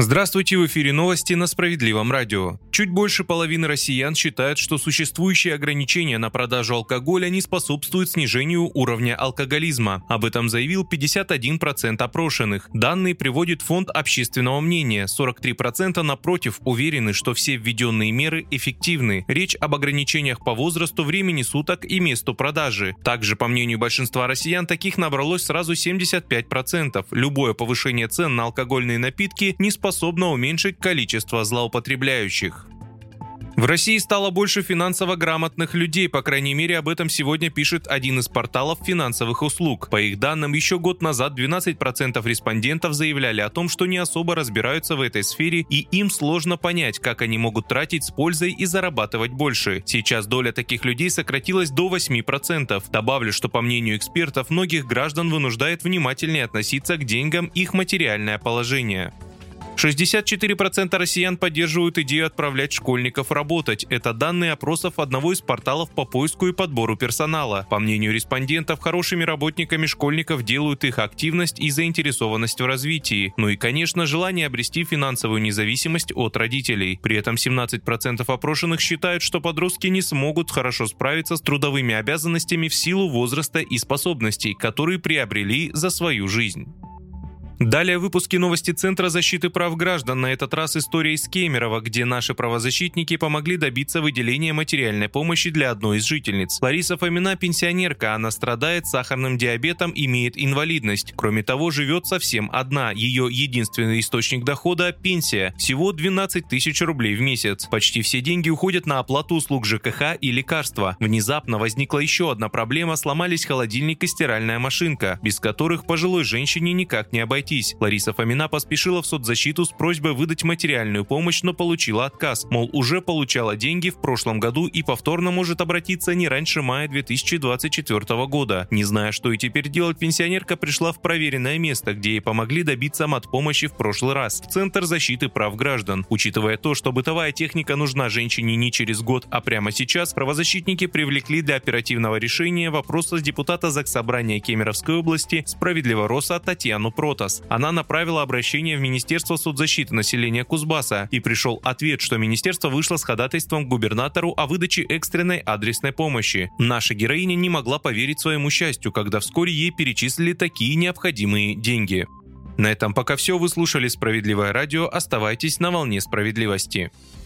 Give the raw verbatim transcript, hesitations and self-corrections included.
Здравствуйте, в эфире новости на Справедливом радио. Чуть больше половины россиян считают, что существующие ограничения на продажу алкоголя не способствуют снижению уровня алкоголизма. Об этом заявил пятьдесят один процент опрошенных. Данные приводит Фонд общественного мнения. сорок три процента напротив уверены, что все введенные меры эффективны. Речь об ограничениях по возрасту, времени суток и месту продажи. Также, по мнению большинства россиян, таких набралось сразу семьдесят пять процентов. Любое повышение цен на алкогольные напитки не способно уменьшить количество злоупотребляющих. В России стало больше финансово грамотных людей, по крайней мере, об этом сегодня пишет один из порталов финансовых услуг. По их данным, еще год назад двенадцать процентов респондентов заявляли о том, что не особо разбираются в этой сфере и им сложно понять, как они могут тратить с пользой и зарабатывать больше. Сейчас доля таких людей сократилась до восьми процентов. Добавлю, что по мнению экспертов, многих граждан вынуждает внимательнее относиться к деньгам их материальное положение. шестьдесят четыре процента россиян поддерживают идею отправлять школьников работать. Это данные опросов одного из порталов по поиску и подбору персонала. По мнению респондентов, хорошими работниками школьников делают их активность и заинтересованность в развитии. Ну и, конечно, желание обрести финансовую независимость от родителей. При этом семнадцать процентов опрошенных считают, что подростки не смогут хорошо справиться с трудовыми обязанностями в силу возраста и способностей, которые приобрели за свою жизнь. Далее в выпуске новости Центра защиты прав граждан. На этот раз история из Кемерово, где наши правозащитники помогли добиться выделения материальной помощи для одной из жительниц. Лариса Фомина – пенсионерка, она страдает сахарным диабетом, имеет инвалидность. Кроме того, живет совсем одна. Ее единственный источник дохода – пенсия. Всего двенадцать тысяч рублей в месяц. Почти все деньги уходят на оплату услуг ЖКХ и лекарства. Внезапно возникла еще одна проблема – сломались холодильник и стиральная машинка, без которых пожилой женщине никак не обойтись. Лариса Фомина поспешила в соцзащиту с просьбой выдать материальную помощь, но получила отказ. Мол, уже получала деньги в прошлом году и повторно может обратиться не раньше мая две тысячи двадцать четвёртого года. Не зная, что и теперь делать, пенсионерка пришла в проверенное место, где ей помогли добиться матпомощи в прошлый раз – в Центр защиты прав граждан. Учитывая то, что бытовая техника нужна женщине не через год, а прямо сейчас, правозащитники привлекли для оперативного решения вопроса депутата Заксобрания Кемеровской области «Справедливороса» Татьяну Протас. Она направила обращение в Министерство соцзащиты населения Кузбасса, и пришел ответ, что министерство вышло с ходатайством к губернатору о выдаче экстренной адресной помощи. Наша героиня не могла поверить своему счастью, когда вскоре ей перечислили такие необходимые деньги. На этом пока все. Вы слушали «Справедливое радио». Оставайтесь на волне справедливости.